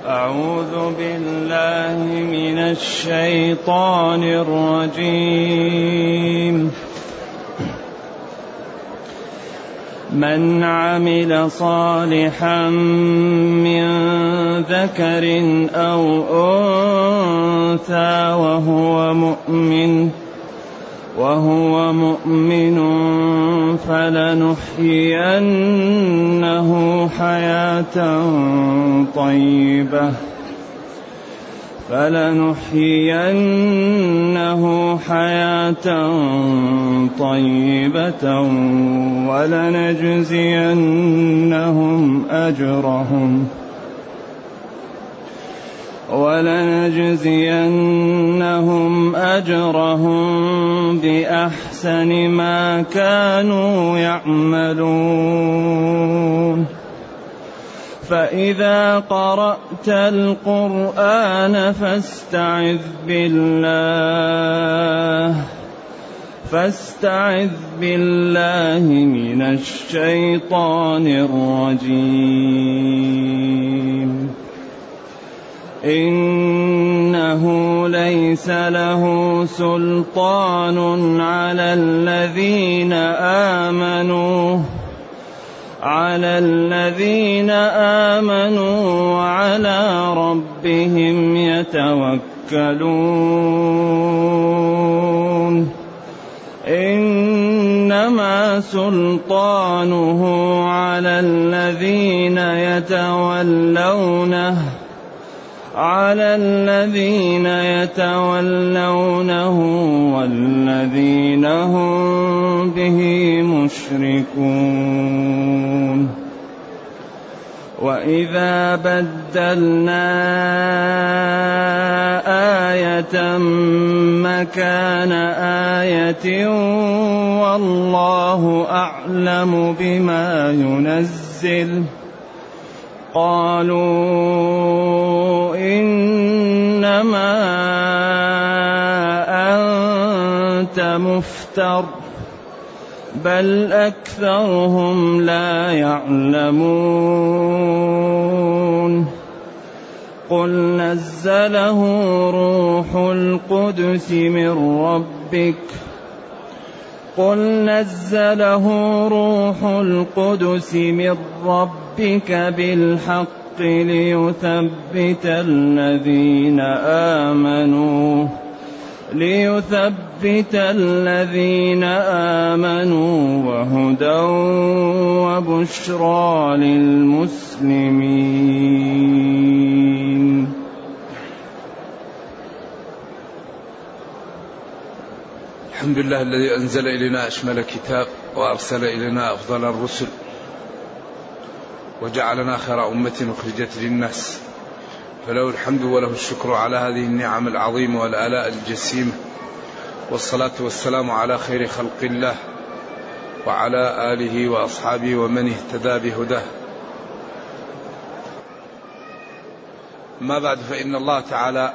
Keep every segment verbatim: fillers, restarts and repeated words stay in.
أعوذ بالله من الشيطان الرجيم. من عمل صالحا من ذكر أو أنثى وهو مؤمن وهو مؤمن فلنحيينه حياة طيبة فلنحيينه حياة طيبة ولنجزينهم أجرهم ولنجزينهم أجرهم بأحسن ما كانوا يعملون. فإذا قرأت القرآن فاستعذ بالله فاستعذ بالله من الشيطان الرجيم. إنه ليس له سلطان على الذين آمنوا على الذين آمنوا وعلى ربهم يتوكلون. إنما سلطانه على الذين يتولونه على الذين يتولونه والذين هم به مشركون. وإذا بدلنا آية مكان آية والله أعلم بما ينزل قالوا إنما أنت مفتر بل أكثرهم لا يعلمون. قل نزله روح القدس من ربك قل نزله روح القدس من ربك بالحق ليثبت الذين آمنوا ليثبت الذين آمنوا وهدى وبشرى للمسلمين. الحمد لله الذي أنزل إلينا أشمل كتاب وأرسل إلينا أفضل الرسل وجعلنا خير أمة أخرجت للناس، فله الحمد وله الشكر على هذه النعم العظيمة والآلاء الجسيمة، والصلاة والسلام على خير خلق الله وعلى آله وأصحابه ومن اهتدى بهداه. ما بعد، فإن الله تعالى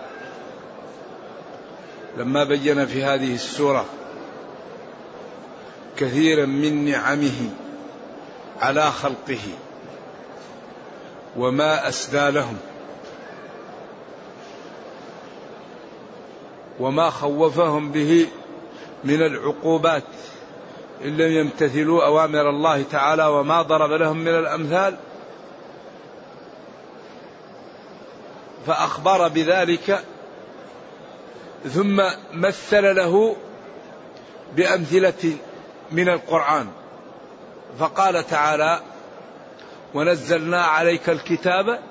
لما بين في هذه السورة كثيرا من نعمه على خلقه وما أسدى لهم وما خوفهم به من العقوبات إن لم يمتثلوا أوامر الله تعالى وما ضرب لهم من الأمثال، فأخبر بذلك ثم مثل له بأمثلة من القرآن، فقال تعالى: ونزلنا عليك الكتاب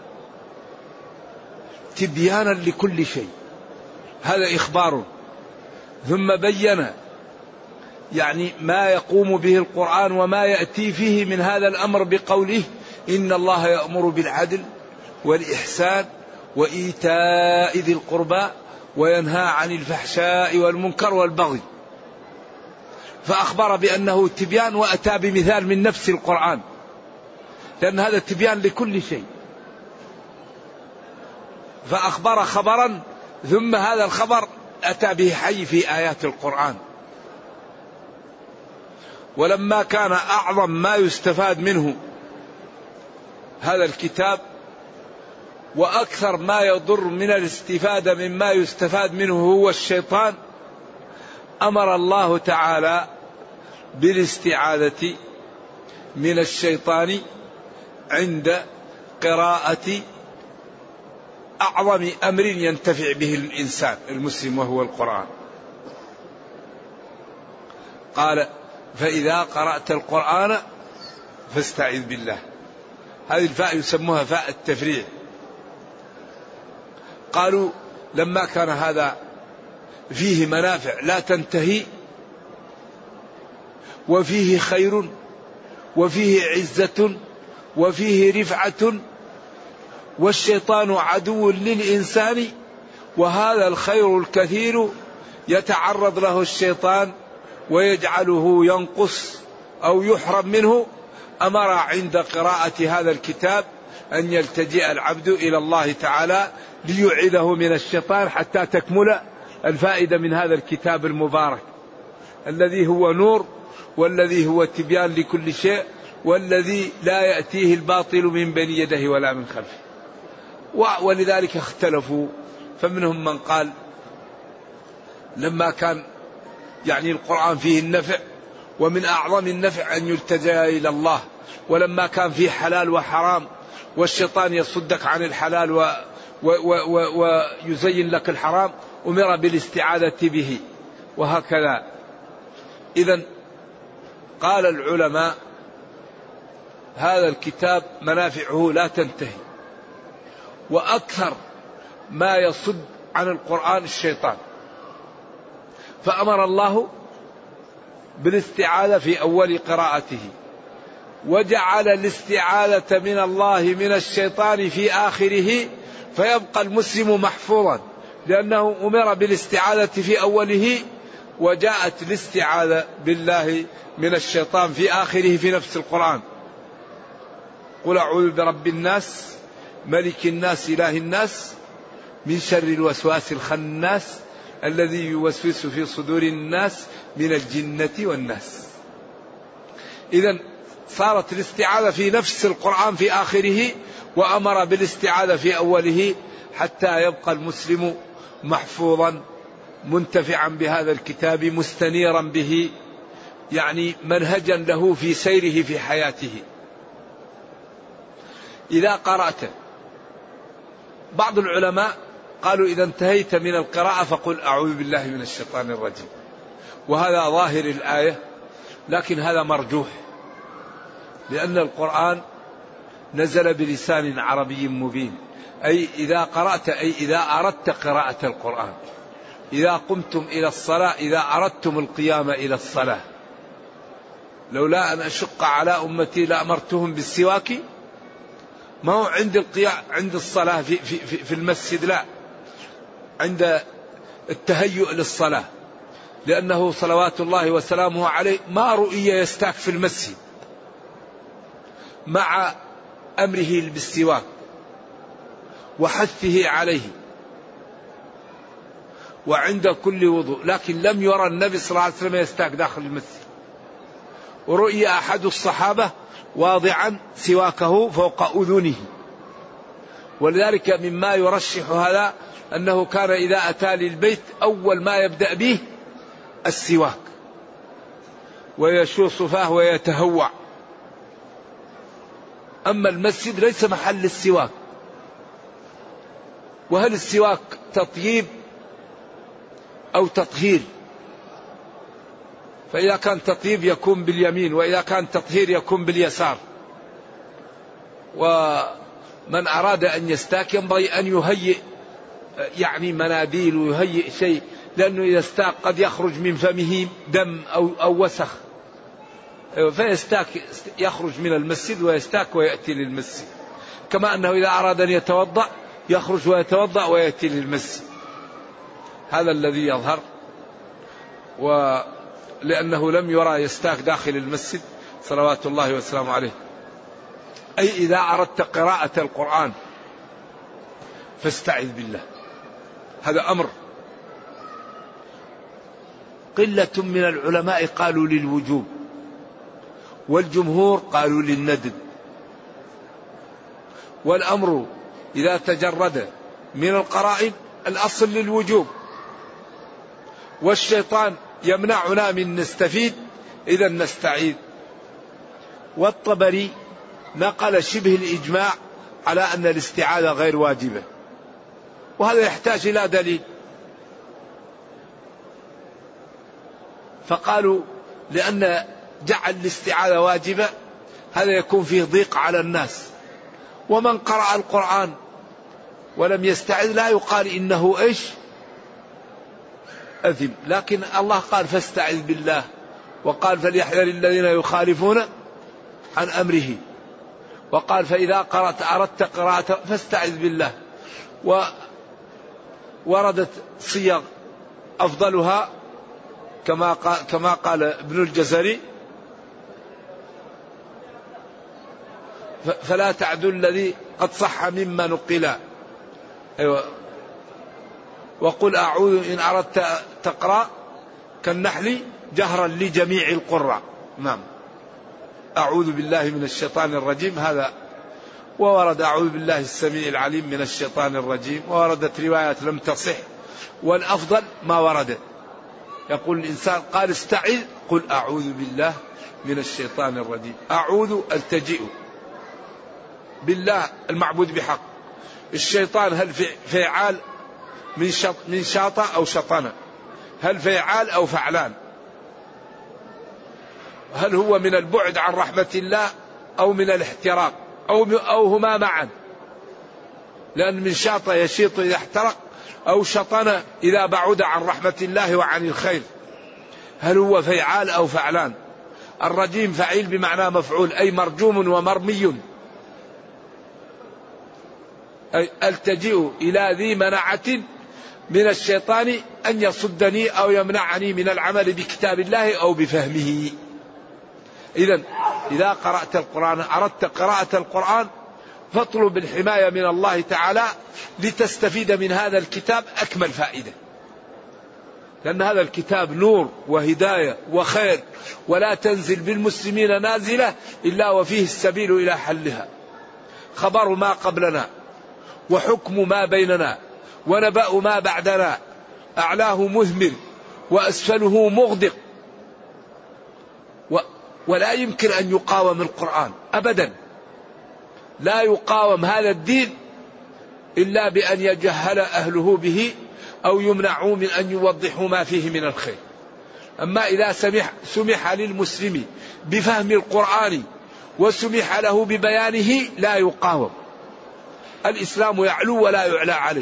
تبيانا لكل شيء. هذا إخبار، ثم بين يعني ما يقوم به القرآن وما يأتي فيه من هذا الأمر بقوله: إن الله يأمر بالعدل والإحسان وإيتاء ذي القربى وينهى عن الفحشاء والمنكر والبغي. فأخبر بأنه تبيان، وأتى بمثال من نفس القرآن، لأن هذا تبيان لكل شيء. فأخبر خبرا ثم هذا الخبر أتى به حي في آيات القرآن. ولما كان أعظم ما يستفاد منه هذا الكتاب وأكثر ما يضر من الاستفادة مما يستفاد منه هو الشيطان، أمر الله تعالى بالاستعاذة من الشيطان عند قراءة أعظم أمر ينتفع به الإنسان المسلم وهو القرآن. قال فإذا قرأت القرآن فاستعذ بالله. هذه الفاء يسموها فاء التفريع. قالوا لما كان هذا فيه منافع لا تنتهي وفيه خير وفيه عزة وفيه رفعة والشيطان عدو للإنسان، وهذا الخير الكثير يتعرض له الشيطان ويجعله ينقص أو يحرم منه، أمر عند قراءة هذا الكتاب أن يلتجئ العبد إلى الله تعالى ليعيذه من الشيطان حتى تكمل الفائدة من هذا الكتاب المبارك الذي هو نور، والذي هو تبيان لكل شيء، والذي لا يأتيه الباطل من بين يديه ولا من خلفه. ولذلك اختلفوا، فمنهم من قال لما كان يعني القرآن فيه النفع، ومن أعظم النفع أن يلتجأ إلى الله، ولما كان فيه حلال وحرام والشيطان يصدك عن الحلال و و و ويزين لك الحرام، أمر بالاستعاذة به، وهكذا. إذن قال العلماء هذا الكتاب منافعه لا تنتهي، وأكثر ما يصد عن القرآن الشيطان، فأمر الله بالاستعاذة في أول قراءته، وجعل الاستعاذة من الله من الشيطان في آخره، فيبقى المسلم محفوظا لأنه أمر بالاستعاذة في أوله، وجاءت الاستعاذة بالله من الشيطان في آخره في نفس القرآن. قل أعوذ برب الناس ملك الناس إله الناس من شر الوسواس الخناس الذي يوسوس في صدور الناس من الجنة والناس. إذن صارت الاستعاذة في نفس القرآن في آخره، وأمر بالاستعاذة في أوله حتى يبقى المسلم محفوظا منتفعا بهذا الكتاب مستنيرا به، يعني منهجا له في سيره في حياته. إذا قرأت، بعض العلماء قالوا إذا انتهيت من القراءة فقل أعوذ بالله من الشيطان الرجيم، وهذا ظاهر الآية، لكن هذا مرجوح، لأن القرآن نزل بلسان عربي مبين. أي إذا قرأت، أي إذا أردت قراءة القرآن، إذا قمتم إلى الصلاة، إذا أردتم القيام إلى الصلاة، لولا أن أشق على أمتي لأمرتهم بالسواك، ما هو عند القيام عند الصلاة في, في, في, في المسجد، لا، عند التهيؤ للصلاة، لأنه صلوات الله وسلامه عليه ما رؤي يستاك في المسجد مع أمره بالسواك وحثه عليه وعند كل وضوء، لكن لم يرى النبي صلى الله عليه وسلم يستاك داخل المسجد. ورؤي أحد الصحابة واضعا سواكه فوق أذنه، ولذلك مما يرشح هذا أنه كان إذا أتى للبيت أول ما يبدأ به السواك، ويشوص فاه ويتهوع. أما المسجد ليس محل السواك. وهل السواك تطييب أو تطهير؟ فإذا كان تطيب يكون باليمين، وإذا كان تطهير يكون باليسار. ومن أراد أن يستاك ينبغي أن يهيئ يعني مناديل ويهيئ شيء، لأنه إذا استاك قد يخرج من فمه دم أو, أو وسخ، فيستاك يخرج من المسجد ويستاك ويأتي للمسجد. كما أنه إذا أراد أن يتوضأ يخرج ويتوضأ ويأتي للمسجد. هذا الذي يظهر، ولأنه لم يرى يستاك داخل المسجد صلوات الله وسلامه عليه. أي إذا أردت قراءة القرآن فاستعذ بالله، هذا أمر. قلة من العلماء قالوا للوجوب، والجمهور قالوا للندب، والأمر إذا تجرد من القرائن الأصل للوجوب، والشيطان يمنعنا من نستفيد، إذا نستعيذ. والطبري نقل شبه الإجماع على أن الاستعاذة غير واجبة، وهذا يحتاج إلى دليل. فقالوا لأن جعل الاستعاذة واجبة هذا يكون فيه ضيق على الناس، ومن قرأ القرآن ولم يستعذ لا يقال إنه إيش أثم، لكن الله قال فاستعذ بالله، وقال فليحذر الذين يخالفون عن أمره، وقال فإذا قرأت أردت قراءة فاستعذ بالله. ووردت صيغ أفضلها كما قال, كما قال ابن الجزري فلا تعدل الذي قد صح مما نقل. أيوة. وقل أعوذ إن أردت تقرأ كالنحل جهرا لجميع القراء. نعم، أعوذ بالله من الشيطان الرجيم هذا، وورد أعوذ بالله السميع العليم من الشيطان الرجيم، ووردت روايات لم تصح، والأفضل ما ورد. يقول الإنسان قال استعذ قل أعوذ بالله من الشيطان الرجيم. أعوذ التجئ بالله المعبود بحق. الشيطان هل فعال من شط من شاطة أو شطنة؟ هل فعال أو فعلان؟ هل هو من البعد عن رحمة الله أو من الاحتراق أو أو هما معا؟ لأن من شاط يشيط إذا احترق، أو شطن إذا بعد عن رحمة الله وعن الخير. هل هو فعال أو فعلان؟ الرجيم فعيل بمعنى مفعول، أي مرجوم ومرمي. أي التجئ إلى ذي منعة من الشيطان أن يصدني أو يمنعني من العمل بكتاب الله أو بفهمه. إذن إذا قرأت القرآن أردت قراءة القرآن فاطلب الحماية من الله تعالى لتستفيد من هذا الكتاب أكمل فائدة، لأن هذا الكتاب نور وهداية وخير، ولا تنزل بالمسلمين نازلة إلا وفيه السبيل إلى حلها. خبر ما قبلنا وحكم ما بيننا ونبأ ما بعدنا، أعلاه مذمر وأسفله مغدق، ولا يمكن أن يقاوم القرآن أبدا. لا يقاوم هذا الدين إلا بأن يجهل أهله به أو يمنعوا من أن يوضحوا ما فيه من الخير. أما إذا سمح, سمح للمسلم بفهم القرآن وسمح له ببيانه لا يقاوم. الإسلام يعلو ولا يعلى عليه.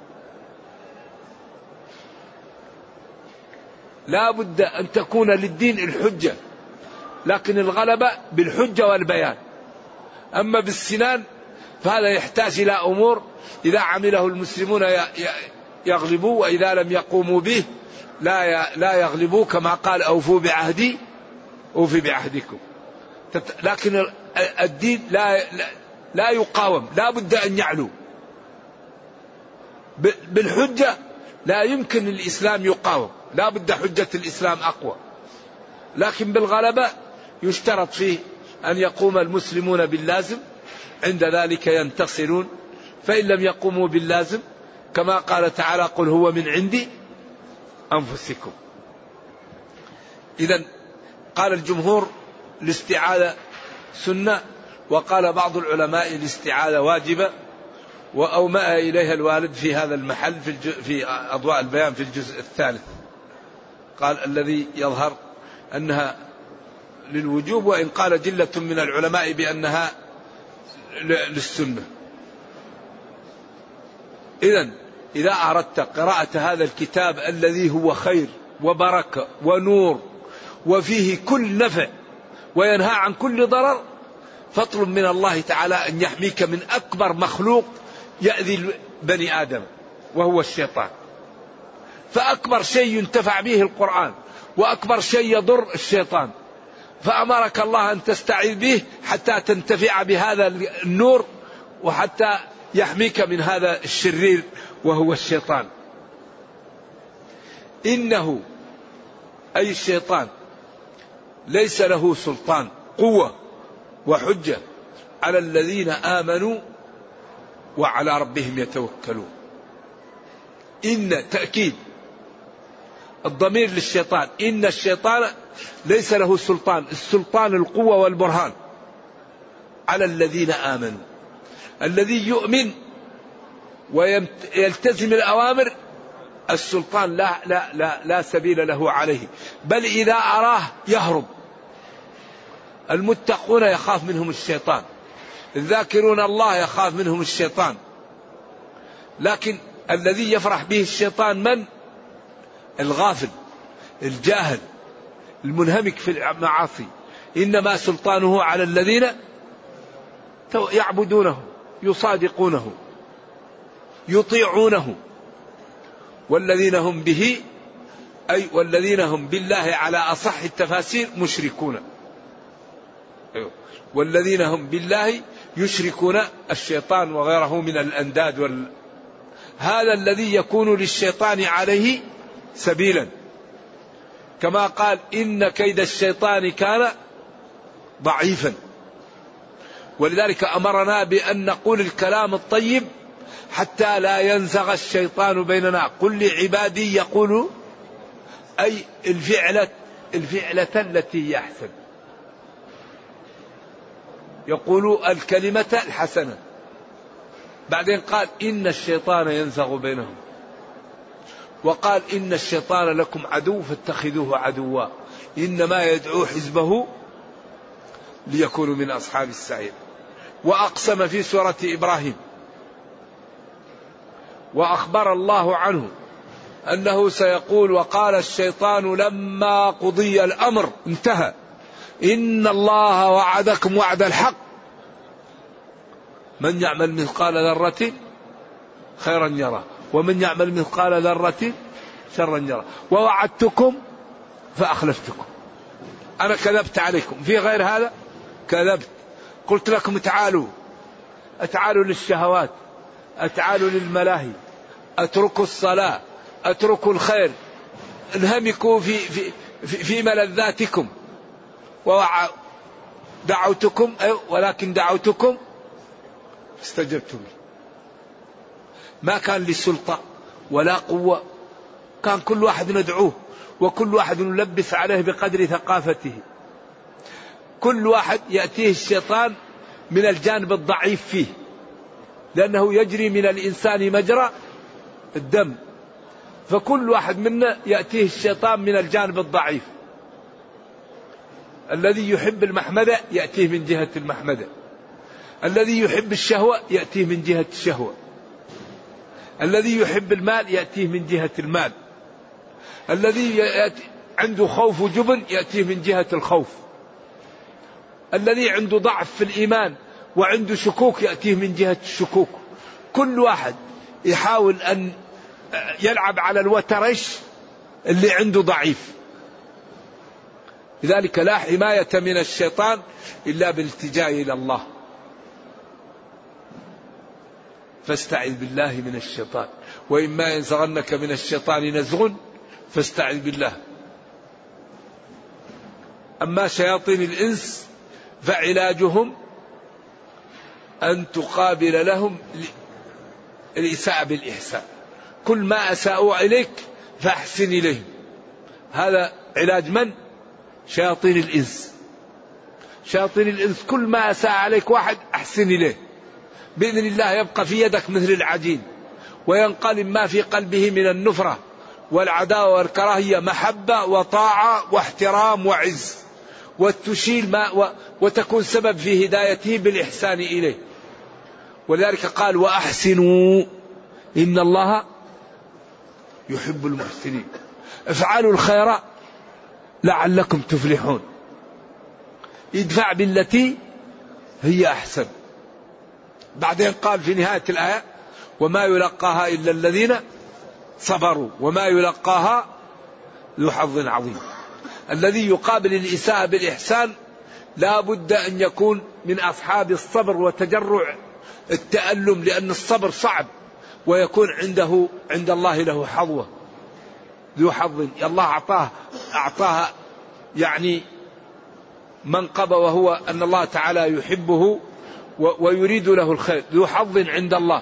لا بد أن تكون للدين الحجة، لكن الغلبة بالحجة والبيان. أما بالسنان فهذا يحتاج إلى أمور إذا عمله المسلمون يغلبوا، وإذا لم يقوموا به لا لا يغلبوا، كما قال أوفوا بعهدي أوفي بعهدكم. لكن الدين لا لا يقاوم، لا بد أن يعلو بالحجة. لا يمكن الإسلام يقاوم، لا بد حجة الإسلام أقوى. لكن بالغلبة يشترط فيه أن يقوم المسلمون باللازم، عند ذلك ينتصرون. فإن لم يقوموا باللازم كما قال تعالى قل هو من عندي أنفسكم. إذن قال الجمهور الاستعاذة سنة، وقال بعض العلماء الاستعاذة واجبة، وأومأ إليها الوالد في هذا المحل في, الج... في أضواء البيان في الجزء الثالث. قال الذي يظهر أنها للوجوب، وإن قال جلة من العلماء بأنها للسنة. إذن إذا أردت قراءة هذا الكتاب الذي هو خير وبركة ونور وفيه كل نفع وينهى عن كل ضرر، فاطلب من الله تعالى أن يحميك من أكبر مخلوق يأذي بني آدم وهو الشيطان. فأكبر شيء ينتفع به القرآن، وأكبر شيء يضر الشيطان. فأمرك الله أن تستعيذ به حتى تنتفع بهذا النور، وحتى يحميك من هذا الشرير وهو الشيطان. إنه أي الشيطان ليس له سلطان قوة وحجة على الذين آمنوا وعلى ربهم يتوكلون. إن تأكيد الضمير للشيطان، إن الشيطان ليس له سلطان، السلطان القوة والبرهان على الذين آمنوا. الذي يؤمن ويلتزم الأوامر السلطان لا, لا, لا, لا سبيل له عليه، بل إذا أراه يهرب. المتقون يخاف منهم الشيطان، الذاكرون الله يخاف منهم الشيطان. لكن الذي يفرح به الشيطان من؟ الغافل الجاهل المنهمك في المعاصي. إنما سلطانه على الذين يعبدونه يصادقونه يطيعونه والذين هم به أي والذين هم بالله على أصح التفاسير مشركون. والذين هم بالله يشركون الشيطان وغيره من الأنداد وال... هذا الذي يكون للشيطان عليه سبيلا، كما قال إن كيد الشيطان كان ضعيفا. ولذلك أمرنا بأن نقول الكلام الطيب حتى لا ينزغ الشيطان بيننا. قل لعبادي يقولوا أي الفعلة الفعلة التي هي أحسن، يقولوا الكلمة الحسنة. بعدين قال إن الشيطان ينزغ بينهم، وقال إن الشيطان لكم عدو فاتخذوه عدوا إنما يدعو حزبه ليكونوا من أصحاب السعير. وأقسم في سورة إبراهيم وأخبر الله عنه أنه سيقول وقال الشيطان لما قضي الأمر انتهى إن الله وعدكم وعد الحق من يعمل مثقال ذرة خيرا يره ومن يعمل مثقال ذرة شرا يره ووعدتكم فأخلفتكم. أنا كذبت عليكم في غير هذا، كذبت. قلت لكم تعالوا أتعالوا للشهوات، أتعالوا للملاهي، أتركوا الصلاة، أتركوا الخير، انهمكوا في, في, في, في ملذاتكم. ودعوتكم ولكن دعوتكم استجبتم لي. ما كان لي سلطة ولا قوة، كان كل واحد ندعوه وكل واحد نلبس عليه بقدر ثقافته. كل واحد يأتيه الشيطان من الجانب الضعيف فيه، لأنه يجري من الإنسان مجرى الدم، فكل واحد منا يأتيه الشيطان من الجانب الضعيف. الذي يحب المحمدة يأتيه من جهة المحمدة، الذي يحب الشهوة يأتيه من جهة الشهوة، الذي يحب المال يأتيه من جهة المال، الذي عنده خوف وجبن يأتيه من جهة الخوف، الذي عنده ضعف في الإيمان وعنده شكوك يأتيه من جهة الشكوك. كل واحد يحاول أن يلعب على الوترش اللي عنده ضعيف. لذلك لا حماية من الشيطان إلا بالالتجاء إلى الله. فاستعذ بالله من الشيطان، وإما ينزغنك من الشيطان نزغ فاستعذ بالله. أما شياطين الإنس فعلاجهم أن تقابل لهم الإساءة بالإحسان. كل ما أساءوا إليك فأحسن إليهم. هذا علاج من؟ شياطين الإنس. شياطين الإنس كل ما أساء عليك واحد أحسن إليه، بإذن الله يبقى في يدك مثل العجين، وينقلب ما في قلبه من النفرة والعداوة والكراهية محبة وطاعة واحترام وعز، وتشيل ما و وتكون سبب في هدايته بالإحسان إليه. ولذلك قال وأحسنوا إن الله يحب المحسنين. افعلوا الخير لعلكم تفلحون. ادفع بالتي هي أحسن. بعدين قال في نهاية الآية وما يلقاها إلا الذين صبروا وما يلقاها ذو حظ عظيم. الذي يقابل الإساءة بالإحسان لا بد أن يكون من أصحاب الصبر وتجرع التألم، لأن الصبر صعب، ويكون عنده عند الله له حظوة ذو حظ. الله أعطاه أعطاها يعني منقبة، وهو أن الله تعالى يحبه ويريد له الخير، ذو حظ عند الله.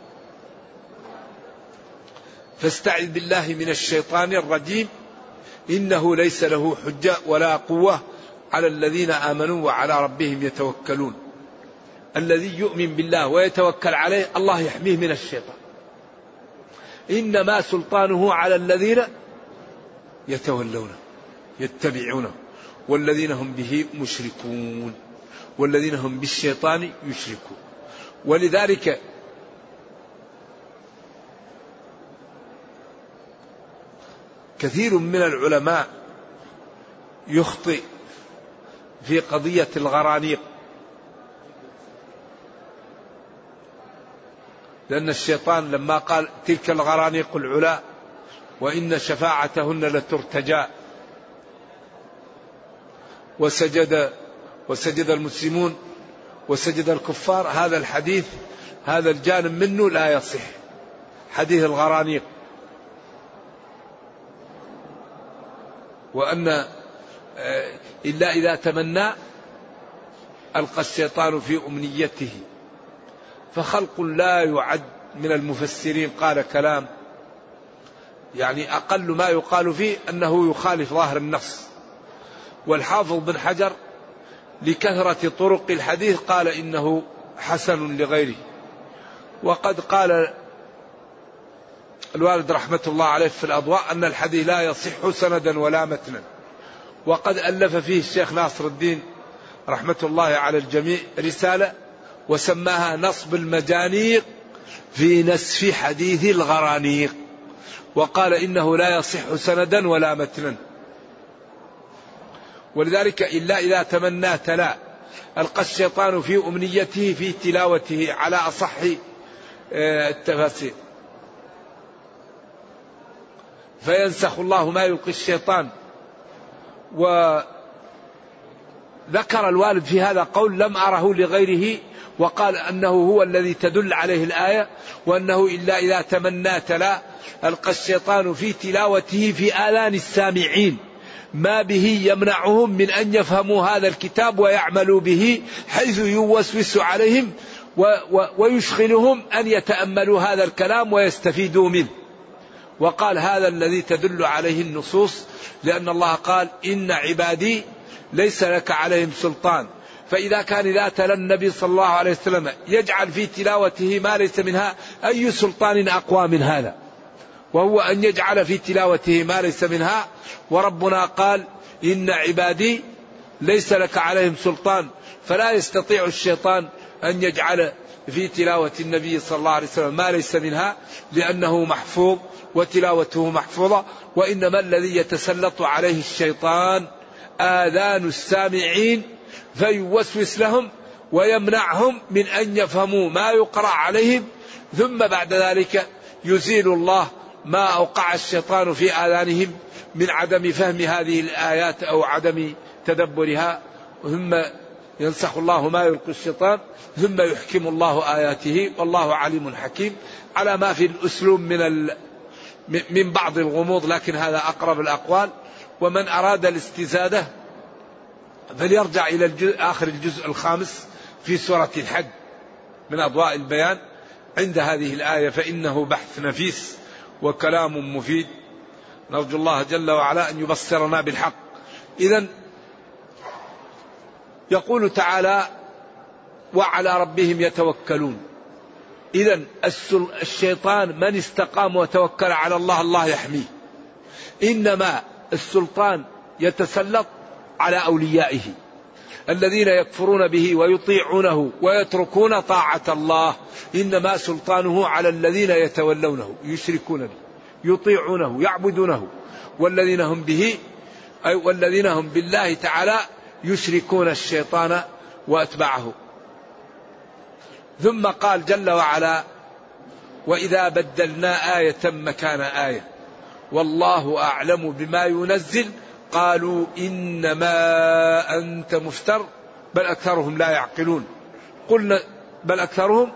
فاستعذ بالله من الشيطان الرجيم إنه ليس له حجة ولا قوة على الذين آمنوا وعلى ربهم يتوكلون. الذي يؤمن بالله ويتوكل عليه الله يحميه من الشيطان. إنما سلطانه على الذين يتولونه يتبعونه والذين هم به مشركون والذين هم بالشيطان يشركون. ولذلك كثير من العلماء يخطئ في قضية الغرانيق، لأن الشيطان لما قال تلك الغرانيق العلا وإن شفاعتهن لترتجى وسجد وسجد المسلمون وسجد الكفار، هذا الحديث هذا الجانب منه لا يصح، حديث الغرانيق. وأن إلا إذا تمنى ألقى الشيطان في أمنيته. فخلق لا يعد من المفسرين قال كلام يعني أقل ما يقال فيه أنه يخالف ظاهر النص. والحافظ بن حجر لكثرة طرق الحديث قال إنه حسن لغيره. وقد قال الوالد رحمة الله عليه في الأضواء أن الحديث لا يصح سندا ولا متنا. وقد ألف فيه الشيخ ناصر الدين رحمة الله على الجميع رسالة وسماها نصب المجانيق في نسف حديث الغرانيق، وقال إنه لا يصح سندا ولا متنا. ولذلك إلا إذا تمنى تلا ألقى الشيطان في أمنيته في تلاوته على أصح التفاسير، فينسخ الله ما يلقي الشيطان. وذكر الوالد في هذا قول لم أره لغيره، وقال أنه هو الذي تدل عليه الآية، وأنه إلا إذا تمنى تلا ألقى الشيطان في تلاوته في آذان السامعين ما به يمنعهم من أن يفهموا هذا الكتاب ويعملوا به، حيث يوسوس عليهم ويشغلهم أن يتأملوا هذا الكلام ويستفيدوا منه. وقال هذا الذي تدل عليه النصوص، لأن الله قال إن عبادي ليس لك عليهم سلطان. فإذا كان إذا تلا النبي صلى الله عليه وسلم يجعل في تلاوته ما ليس منها، أي سلطان أقوى من هذا؟ وهو أن يجعل في تلاوته ما ليس منها. وربنا قال إن عبادي ليس لك عليهم سلطان، فلا يستطيع الشيطان أن يجعل في تلاوة النبي صلى الله عليه وسلم ما ليس منها، لأنه محفوظ وتلاوته محفوظة. وإنما الذي يتسلط عليه الشيطان آذان السامعين فيوسوس لهم ويمنعهم من أن يفهموا ما يقرأ عليهم، ثم بعد ذلك يزيل الله ما أوقع الشيطان في آذانهم من عدم فهم هذه الآيات أو عدم تدبرها، ثم ينسخ الله ما يلقي الشيطان ثم يحكم الله آياته، والله عليم حكيم. على ما في الأسلوب من من بعض الغموض، لكن هذا أقرب الأقوال. ومن أراد الاستزادة فليرجع إلى الجزء آخر الجزء الخامس في سورة الحج من أضواء البيان عند هذه الآية، فإنه بحث نفيس وكلام مفيد. نرجو الله جل وعلا أن يبصرنا بالحق. إذن يقول تعالى وعلى ربهم يتوكلون. إذن الشيطان من استقام وتوكل على الله الله يحميه. إنما السلطان يتسلط على أوليائه الذين يكفرون به ويطيعونه ويتركون طاعة الله. إنما سلطانه على الذين يتولونه يشركون به يطيعونه يعبدونه، والذين هم به أي والذين هم بالله تعالى يشركون الشيطان وأتبعه. ثم قال جل وعلا وإذا بدلنا آية مكان آية والله أعلم بما ينزل قالوا إنما أنت مفتر بل أكثرهم لا يعقلون. قلنا بل أكثرهم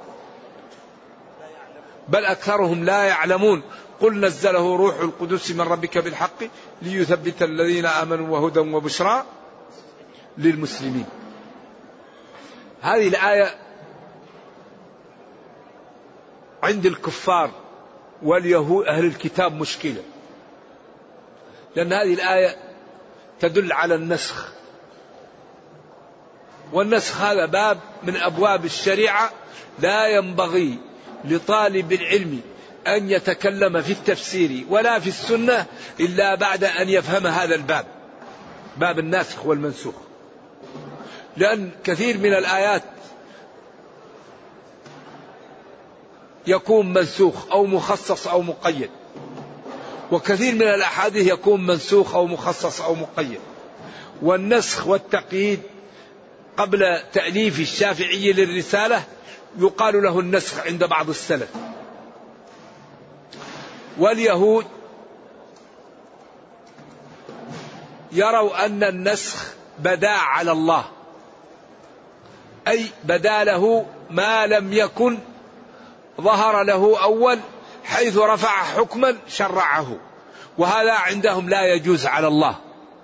بل أكثرهم لا يعلمون. قل نزله روح القدس من ربك بالحق ليثبت الذين آمنوا وهدى وبشرى للمسلمين. هذه الآية عند الكفار واليهود أهل الكتاب مشكلة، لأن هذه الآية تدل على النسخ، والنسخ هذا باب من أبواب الشريعة لا ينبغي لطالب العلم أن يتكلم في التفسير ولا في السنة إلا بعد أن يفهم هذا الباب، باب الناسخ والمنسوخ. لأن كثير من الآيات يكون منسوخ أو مخصص أو مقيد، وكثير من الأحاديث يكون منسوخ أو مخصص أو مقيد. والنسخ والتقييد قبل تأليف الشافعي للرسالة يقال له النسخ عند بعض السلف. واليهود يروا أن النسخ بدا على الله، أي بدا له ما لم يكن ظهر له أول، حيث رفع حكما شرعه، وهذا عندهم لا يجوز على الله،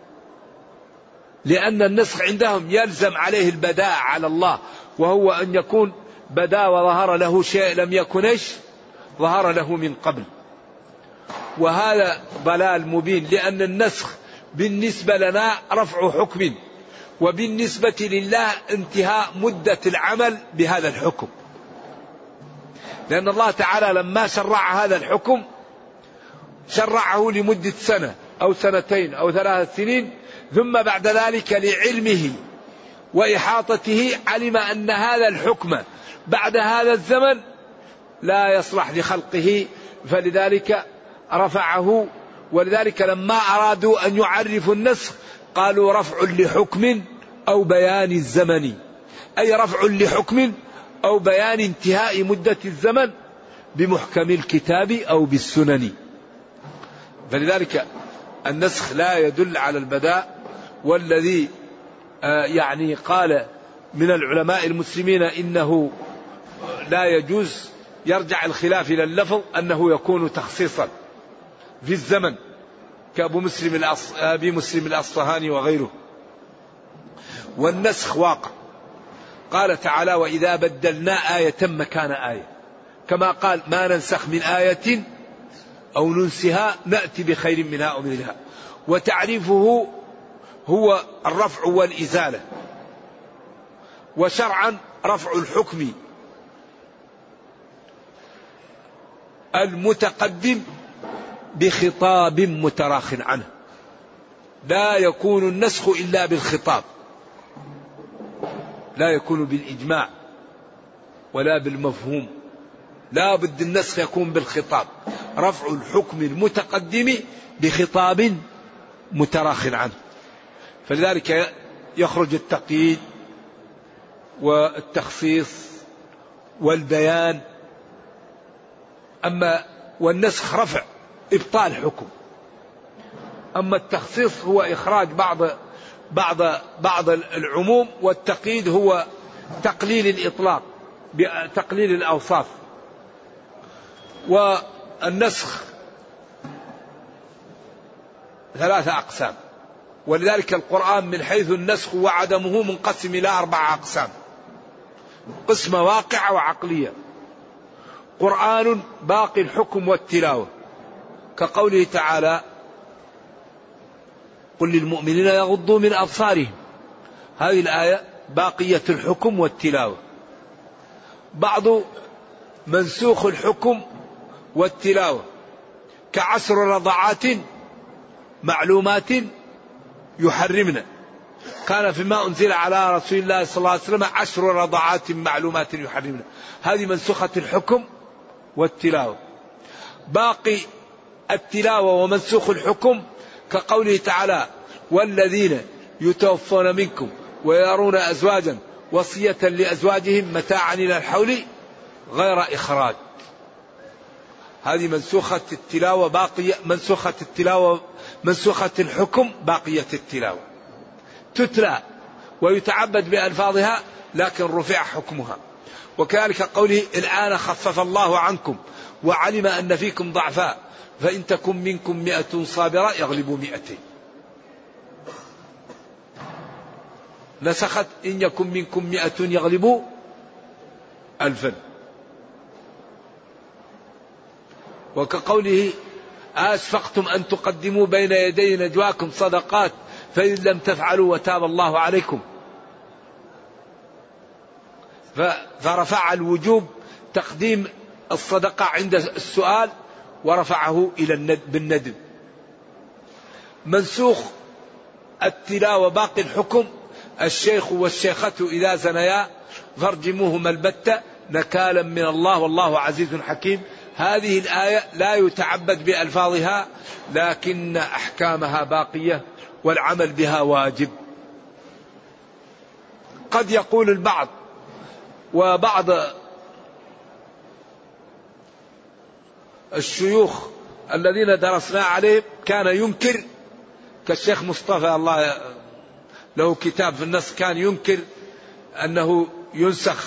لأن النسخ عندهم يلزم عليه البداء على الله، وهو أن يكون بدا وظهر له شيء لم يكن إيش ظهر له من قبل. وهذا ضلال مبين، لأن النسخ بالنسبة لنا رفع حكم، وبالنسبة لله انتهاء مدة العمل بهذا الحكم، لأن الله تعالى لما شرع هذا الحكم شرعه لمدة سنة أو سنتين أو ثلاث سنين، ثم بعد ذلك لعلمه وإحاطته علم أن هذا الحكم بعد هذا الزمن لا يصلح لخلقه، فلذلك رفعه. ولذلك لما أرادوا أن يعرفوا النسخ قالوا رفع لحكم أو بيان الزمن، أي رفع لحكم أو بيان انتهاء مدة الزمن بمحكم الكتاب أو بالسنن. فلذلك النسخ لا يدل على البداء. والذي يعني قال من العلماء المسلمين إنه لا يجوز يرجع الخلاف إلى اللفظ أنه يكون تخصيصا في الزمن كأبو مسلم الأص... أبي مسلم الأصفهاني وغيره. والنسخ واقع، قال تعالى وإذا بدلنا آية مكان آية، كما قال ما ننسخ من آية أو ننسها نأتي بخير منها أو مثلها. وتعريفه هو الرفع والإزالة، وشرعا رفع الحكم المتقدم بخطاب متراخ عنه. لا يكون النسخ إلا بالخطاب، لا يكون بالإجماع ولا بالمفهوم، لا بد النسخ يكون بالخطاب، رفع الحكم المتقدم بخطاب متراخ عنه. فلذلك يخرج التقييد والتخصيص والبيان. أما والنسخ رفع إبطال حكم، أما التخصيص هو إخراج بعض بعض بعض العموم، والتقييد هو تقليل الإطلاق بتقليل الأوصاف. والنسخ ثلاثة أقسام، ولذلك القرآن من حيث النسخ وعدمه منقسم إلى أربعة أقسام: قسمة واقعة وعقلية، قرآن باقي الحكم والتلاوة كقوله تعالى قل للمؤمنين يغضوا من أبصارهم، هذه الآية باقية الحكم والتلاوة. بعض منسوخ الحكم والتلاوة كعشر رضعات معلومات يحرمنا، كان فيما أنزل على رسول الله صلى الله عليه وسلم عشر رضعات معلومات يحرمنا، هذه منسوخة الحكم والتلاوة. باقي التلاوة ومنسوخ الحكم كقوله تعالى والذين يتوفون منكم ويرون أزواجا وصية لأزواجهم متاعا إلى الحول غير إخراج، هذه منسوخة التلاوة باقية، منسوخة التلاوة منسوخة الحكم باقية التلاوة، تتلى ويتعبد بألفاظها لكن رفع حكمها. وكذلك قوله الآن خفف الله عنكم وعلم أن فيكم ضعفاء فإن تكن منكم مئة صابرة يغلبوا مئتين، نسخت إن يكن منكم مئة يغلبوا ألفا. وكقوله أشفقتم أن تقدموا بين يدي نجواكم صدقات فإن لم تفعلوا وتاب الله عليكم. فرفع الوجوب تقديم الصدقة عند السؤال ورفعه إلى الند بالندب. منسوخ التلاوة باقي الحكم الشيخ والشيخة إذا زنيا فارجموهما البتة نكالا من الله والله عزيز حكيم. هذه الآية لا يتعبد بألفاظها لكن أحكامها باقية والعمل بها واجب. قد يقول البعض وبعض الشيوخ الذين درسنا عليه كان ينكر كالشيخ مصطفى الله له كتاب في النص كان ينكر أنه ينسخ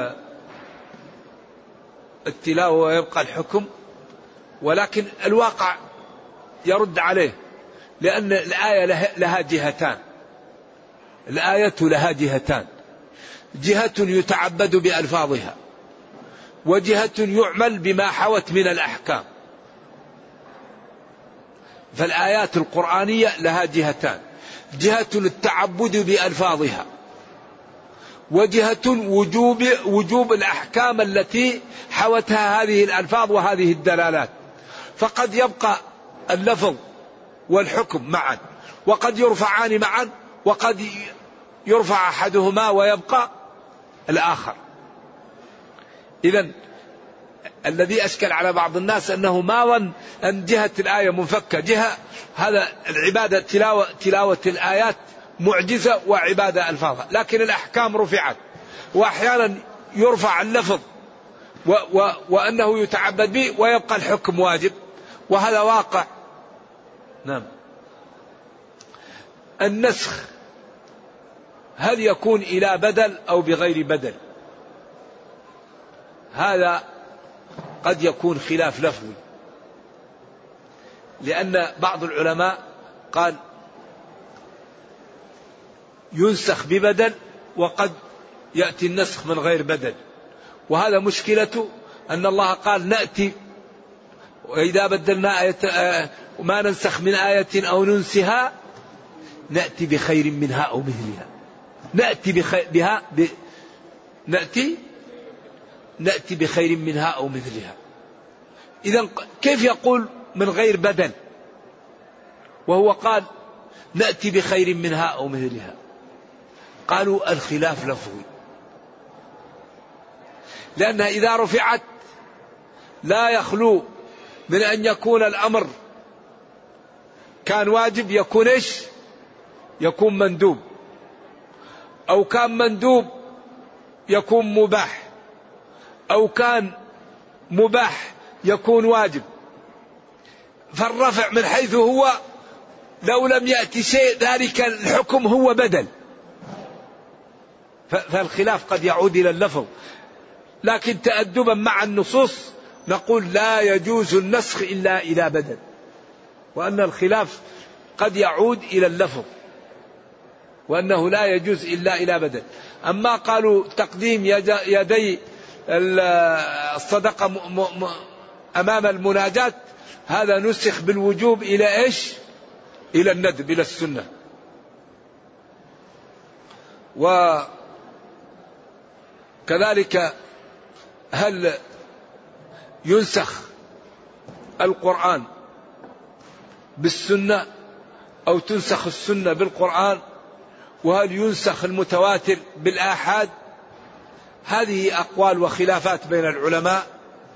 التلاوة ويبقى الحكم، ولكن الواقع يرد عليه لأن الآية لها جهتان. الآية لها جهتان، جهة يتعبد بألفاظها وجهة يعمل بما حوت من الأحكام. فالآيات القرآنية لها جهتان، جهة التعبد بألفاظها وجهة وجوب وجوب الأحكام التي حوتها هذه الألفاظ وهذه الدلالات. فقد يبقى اللفظ والحكم معا وقد يرفعان معا وقد يرفع أحدهما ويبقى الآخر. إذن الذي أشكل على بعض الناس أنه ما ظن أن جهة الآية منفكة، جهة هذا العبادة تلاوة, تلاوة الآيات معجزة وعبادة ألفاظها، لكن الأحكام رفعت وأحيانا يرفع اللفظ و و وأنه يتعبد به ويبقى الحكم واجب، وهذا واقع. نعم. النسخ هل يكون إلى بدل أو بغير بدل؟ هذا قد يكون خلاف لفظي، لأن بعض العلماء قال ينسخ ببدل وقد يأتي النسخ من غير بدل، وهذا مشكلته أن الله قال نأتي وإذا بدلنا آية ما ننسخ من آية أو ننسها نأتي بخير منها أو مثلها. نأتي بخير بها ب... نأتي نأتي بخير منها أو مثلها. إذا كيف يقول من غير بدل وهو قال نأتي بخير منها أو مثلها؟ قالوا الخلاف لفظي، لأنها إذا رفعت لا يخلو من أن يكون الأمر كان واجب يكون إيش؟ يكون مندوب، أو كان مندوب يكون مباح، أو كان مباح يكون واجب. فالرفع من حيث هو لو لم يأتي شيء ذلك الحكم هو بدل. فالخلاف قد يعود إلى اللفظ، لكن تأدبا مع النصوص نقول لا يجوز النسخ إلا إلى بدل، وأن الخلاف قد يعود إلى اللفظ وأنه لا يجوز إلا إلى بدل. أما قالوا تقديم يدي الصدقة أمام المناجاة هذا نسخ بالوجوب إلى إيش؟ إلى الندب، إلى السنة. وكذلك هل ينسخ القرآن بالسنة أو تنسخ السنة بالقرآن؟ وهل ينسخ المتواتر بالآحاد؟ هذه أقوال وخلافات بين العلماء.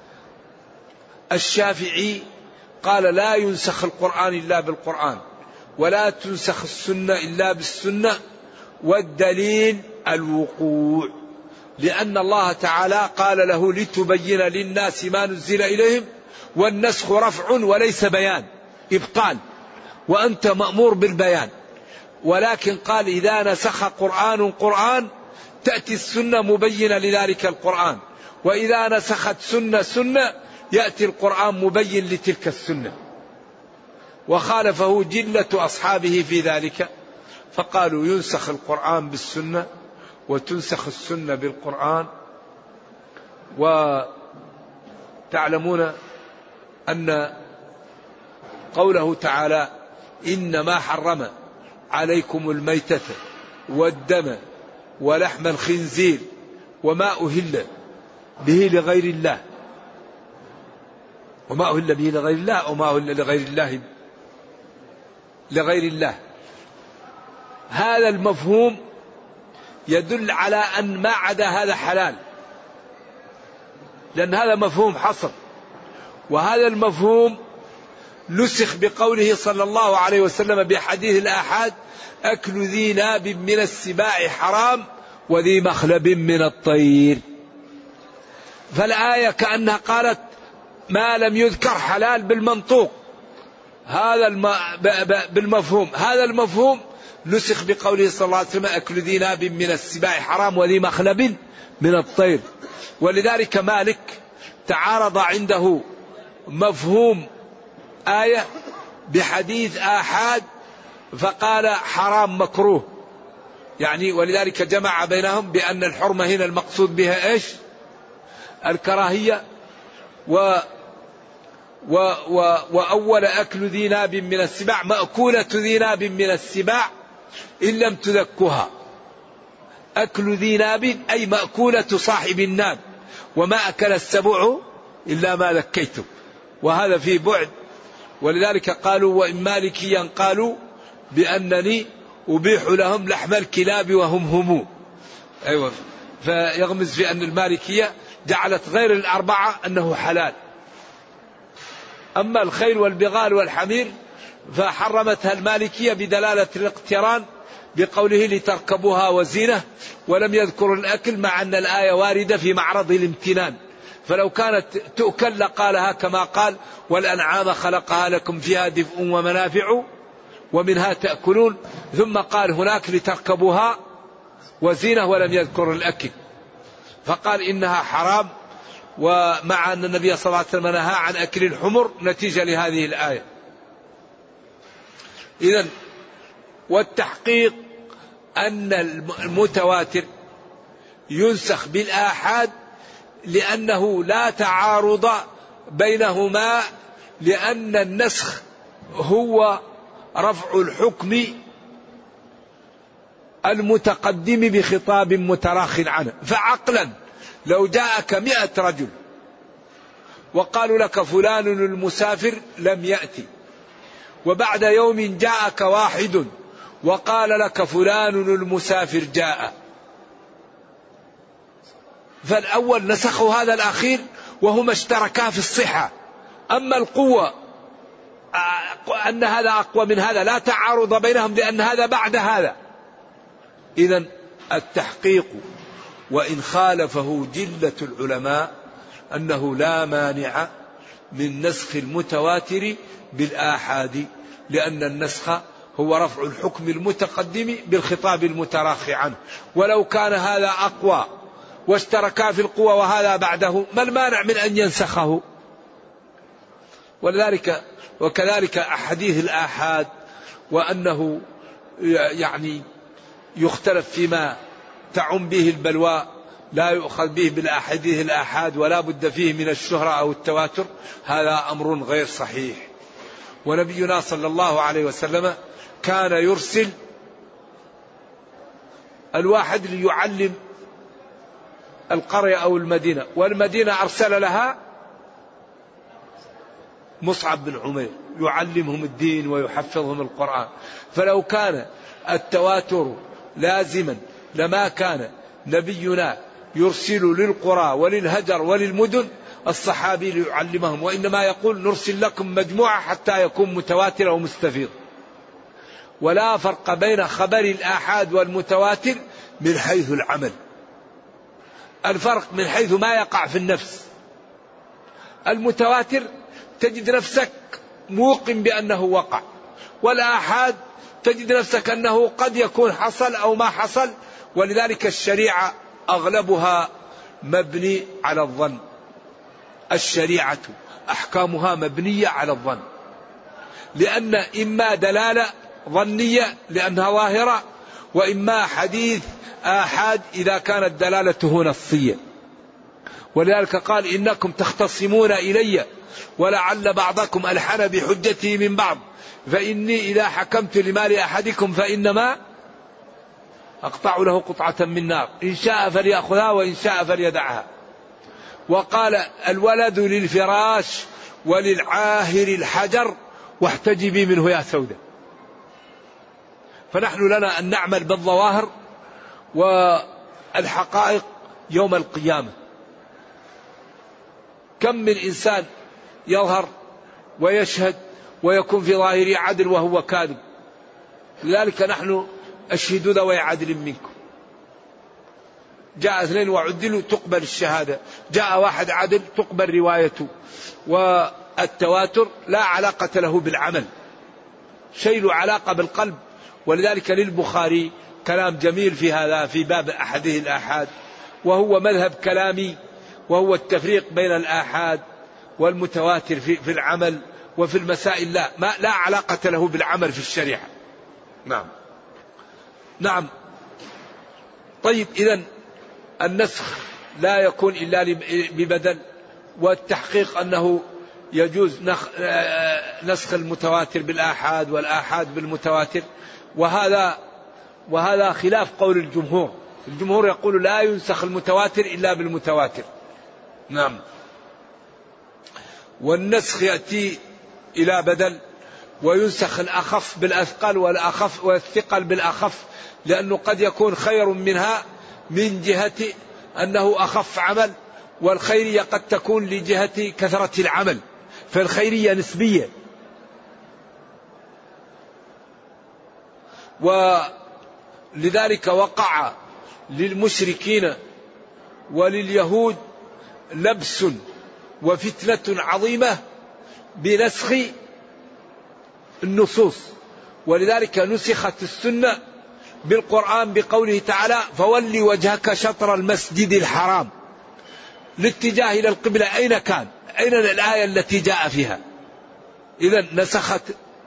الشافعي قال لا ينسخ القرآن إلا بالقرآن ولا تنسخ السنة إلا بالسنة، والدليل الوقوع، لأن الله تعالى قال له لتبين للناس ما نزل إليهم، والنسخ رفع وليس بيان إبطال، وأنت مأمور بالبيان. ولكن قال إذا نسخ قرآن قرآن تأتي السنة مبينة لذلك القرآن، وإذا نسخت سنة سنة يأتي القرآن مبين لتلك السنة. وخالفه جلة أصحابه في ذلك، فقالوا ينسخ القرآن بالسنة وتنسخ السنة بالقرآن. وتعلمون أن قوله تعالى إنما حرم عليكم الميتة والدم ولحم الخنزير وما أهل به لغير الله وما أهل به لغير الله وما أهل لغير الله لغير الله هذا المفهوم يدل على أن ما عدا هذا حلال، لأن هذا مفهوم حصر، وهذا المفهوم نسخ بقوله صلى الله عليه وسلم بحديث الآحاد أكل ذي ناب من السباع حرام وذي مخلب من الطير. فالآية كأنها قالت ما لم يذكر حلال بالمنطوق، هذا الم... ب... ب... بالمفهوم، هذا المفهوم نسخ بقوله صلى الله عليه وسلم أكل ذي ناب من السباع حرام وذي مخلب من الطير. ولذلك مالك تعارض عنده مفهوم آية بحديث آحاد فقال حرام مكروه، يعني ولذلك جمع بينهم بأن الحرمة هنا المقصود بها إيش؟ الكراهية. و و و وأول أكل ذي ناب من السباع مأكولة ذي ناب من السباع إن لم تذكها. أكل ذي ناب أي مأكولة صاحب الناب، وما أكل السبع إلا ما ذكيتم، وهذا فيه بعد. ولذلك قالوا وإن مالكيا قالوا بأنني أبيح لهم لحم الكلاب وهم همو. أيوة، فيغمز في أن المالكية جعلت غير الأربعة أنه حلال. أما الخيل والبغال والحمير فحرمتها المالكية بدلالة الاقتران بقوله لتركبوها وزينة، ولم يذكر الأكل مع أن الآية واردة في معرض الامتنان، فلو كانت تؤكل لقالها كما قال والأنعام خلقها لكم فيها دفء ومنافع ومنها تأكلون، ثم قال هناك لتركبوها وزينة ولم يذكر الأكل، فقال إنها حرام، ومع أن النبي صلى الله عليه وسلم نهى عن أكل الحمر نتيجة لهذه الآية. إذن والتحقيق أن المتواتر ينسخ بالآحاد لأنه لا تعارض بينهما، لأن النسخ هو رفع الحكم المتقدم بخطاب متراخ عنه. فعقلا لو جاءك مئة رجل وقالوا لك فلان المسافر لم يأتي، وبعد يوم جاءك واحد وقال لك فلان المسافر جاء، فالأول نسخوا هذا الأخير وهما اشتركا في الصحة. أما القوة أن هذا أقوى من هذا لا تعارض بينهم لأن هذا بعد هذا. إذن التحقيق وإن خالفه جلة العلماء أنه لا مانع من نسخ المتواتر بالآحاد، لأن النسخ هو رفع الحكم المتقدم بالخطاب المتراخي عنه، ولو كان هذا أقوى واشتركا في القوة وهذا بعده ما المانع من أن ينسخه؟ ولذلك وكذلك أحاديث الآحاد وأنه يعني يختلف فيما تعم به البلوى، لا يؤخذ به بالأحاديث الآحاد ولا بد فيه من الشهرة أو التواتر، هذا أمر غير صحيح. ونبينا صلى الله عليه وسلم كان يرسل الواحد ليعلم القرية أو المدينة، والمدينة أرسل لها مصعب بن عمير يعلمهم الدين ويحفظهم القرآن. فلو كان التواتر لازما لما كان نبينا يرسل للقرى وللهجر وللمدن الصحابي ليعلمهم، وإنما يقول نرسل لكم مجموعة حتى يكون متواتر أو مستفيض. ولا فرق بين خبر الآحاد والمتواتر من حيث العمل، الفرق من حيث ما يقع في النفس. المتواتر تجد نفسك موقن بأنه وقع، والآحاد تجد نفسك أنه قد يكون حصل أو ما حصل. ولذلك الشريعة أغلبها مبني على الظن، الشريعة أحكامها مبنية على الظن، لأن إما دلالة ظنية لأنها ظاهرة، وإما حديث آحاد إذا كانت دلالته نصية. ولذلك قال إنكم تختصمون إلي ولعل بعضكم ألحن بحجته من بعض فإني إذا حكمت لمال أحدكم فإنما أقطع له قطعة من نار إن شاء فليأخذها وإن شاء فليدعها. وقال الولد للفراش وللعاهر الحجر واحتجبي منه يا سودة. فنحن لنا أن نعمل بالظواهر والحقائق يوم القيامة. كم من إنسان يظهر ويشهد ويكون في ظاهره عدل وهو كاذب. لذلك نحن أشهدوا ذوي عدل منكم. جاء اثنين وعدلوا تقبل الشهادة، جاء واحد عدل تقبل روايته. والتواتر لا علاقة له بالعمل، شيء له علاقة بالقلب. ولذلك للبخاري كلام جميل في هذا في باب أحده الآحاد، وهو مذهب كلامي، وهو التفريق بين الآحاد والمتواتر في, في العمل وفي المسائل لا ما لا علاقة له بالعمل في الشريعة. نعم نعم. طيب إذن النسخ لا يكون إلا ببدل، والتحقيق أنه يجوز نسخ المتواتر بالآحاد والآحاد بالمتواتر، وهذا وهذا خلاف قول الجمهور. الجمهور يقول لا ينسخ المتواتر إلا بالمتواتر. نعم. والنسخ يأتي إلى بدل، وينسخ الأخف بالأثقل والأخف والثقل بالأخف، لأنه قد يكون خير منها من جهة أنه أخف عمل، والخيرية قد تكون لجهة كثرة العمل، فالخيرية نسبية. ولذلك وقع للمشركين ولليهود لبس وفتنة عظيمة بنسخ النصوص. ولذلك نسخت السنة بالقرآن بقوله تعالى فولي وجهك شطر المسجد الحرام. الاتجاه إلى القبلة أين كان؟ أين الآية التي جاء فيها؟ إذا نسخت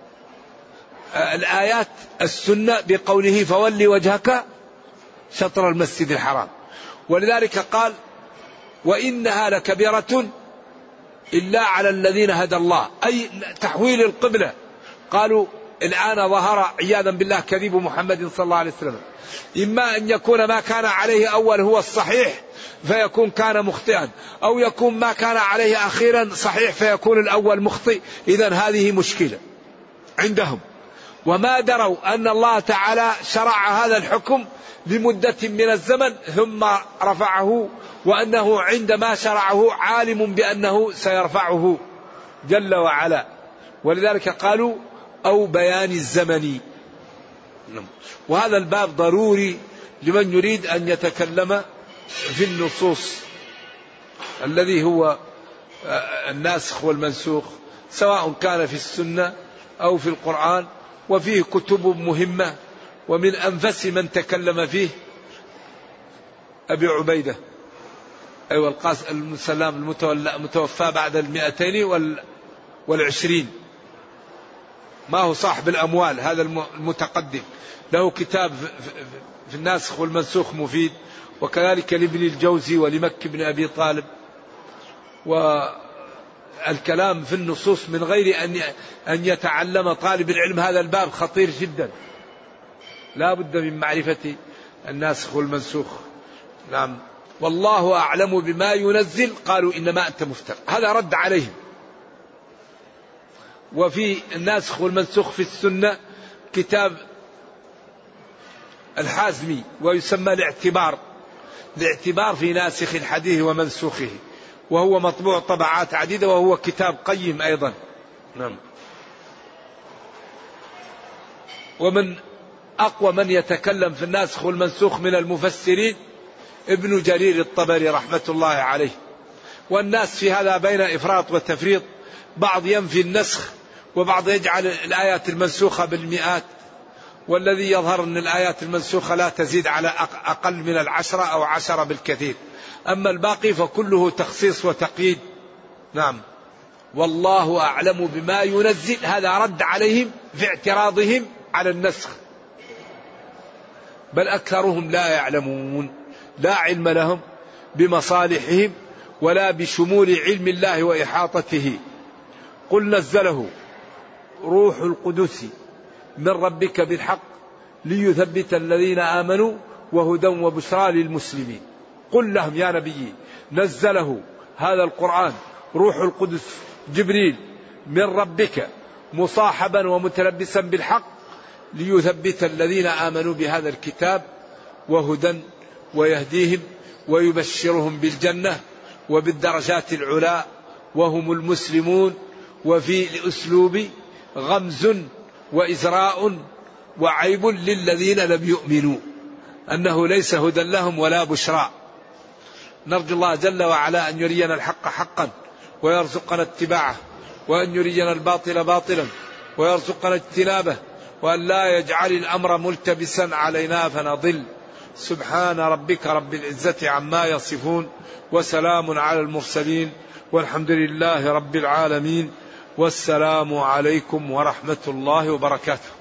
الآيات السنة بقوله فولي وجهك شطر المسجد الحرام. ولذلك قال وإنها لكبيرة إلا على الذين هدى الله، أي تحويل القبلة. قالوا الآن ظهر عياذا بالله كذب محمد صلى الله عليه وسلم، إما أن يكون ما كان عليه أول هو الصحيح فيكون كان مخطئا، أو يكون ما كان عليه أخيرا صحيح فيكون الأول مخطئ. إذن هذه مشكلة عندهم، وما دروا أن الله تعالى شرع هذا الحكم لمدة من الزمن ثم رفعه، وأنه عندما شرعه عالم بأنه سيرفعه جل وعلا. ولذلك قالوا أو بيان الزمن. وهذا الباب ضروري لمن يريد أن يتكلم في النصوص الذي هو الناسخ والمنسوخ، سواء كان في السنة أو في القرآن. وفيه كتب مهمة، ومن أنفس من تكلم فيه أبي عبيدة أيوة القاسم السلام المتوفى بعد المئتين والعشرين، ما هو صاحب الأموال هذا المتقدم، له كتاب في الناسخ والمنسوخ مفيد. وكذلك لابن الجوزي ولمك بن أبي طالب. والكلام في النصوص من غير أن أن يتعلم طالب العلم هذا الباب خطير جدا، لا بد من معرفة الناسخ والمنسوخ. نعم. والله أعلم بما ينزل قالوا إنما أنت مفتر، هذا رد عليهم. وفي الناسخ والمنسوخ في السنة كتاب الحازمي ويسمى الاعتبار، الاعتبار في ناسخ الحديث ومنسوخه، وهو مطبوع طبعات عديدة، وهو كتاب قيم أيضا. نعم. ومن أقوى من يتكلم في الناسخ والمنسوخ من المفسرين ابن جرير الطبري رحمة الله عليه. والناس في هذا بين إفراط وتفريط، بعض ينفي النسخ وبعض يجعل الآيات المنسوخة بالمئات، والذي يظهر أن الآيات المنسوخة لا تزيد على أقل من العشرة أو عشرة بالكثير، أما الباقي فكله تخصيص وتقييد. نعم. والله أعلم بما ينزل، هذا رد عليهم في اعتراضهم على النسخ. بل أكثرهم لا يعلمون، لا علم لهم بمصالحهم ولا بشمول علم الله وإحاطته. قل نزله روح القدس من ربك بالحق ليثبت الذين آمنوا وهدى وبشرى للمسلمين. قل لهم يا نبي نزله هذا القرآن روح القدس جبريل من ربك مصاحبا ومتلبسا بالحق ليثبت الذين آمنوا بهذا الكتاب وهدى ويهديهم ويبشرهم بالجنة وبالدرجات العلا وهم المسلمون. وفي الأسلوب غمز وإزراء وعيب للذين لم يؤمنوا أنه ليس هدى لهم ولا بشرى. نرجو الله جل وعلا أن يرينا الحق حقا ويرزقنا اتباعه، وأن يرينا الباطل باطلا ويرزقنا اجتنابه، وأن لا يجعل الأمر ملتبسا علينا فنضل. سبحان ربك رب العزة عما يصفون وسلام على المرسلين والحمد لله رب العالمين. والسلام عليكم ورحمة الله وبركاته.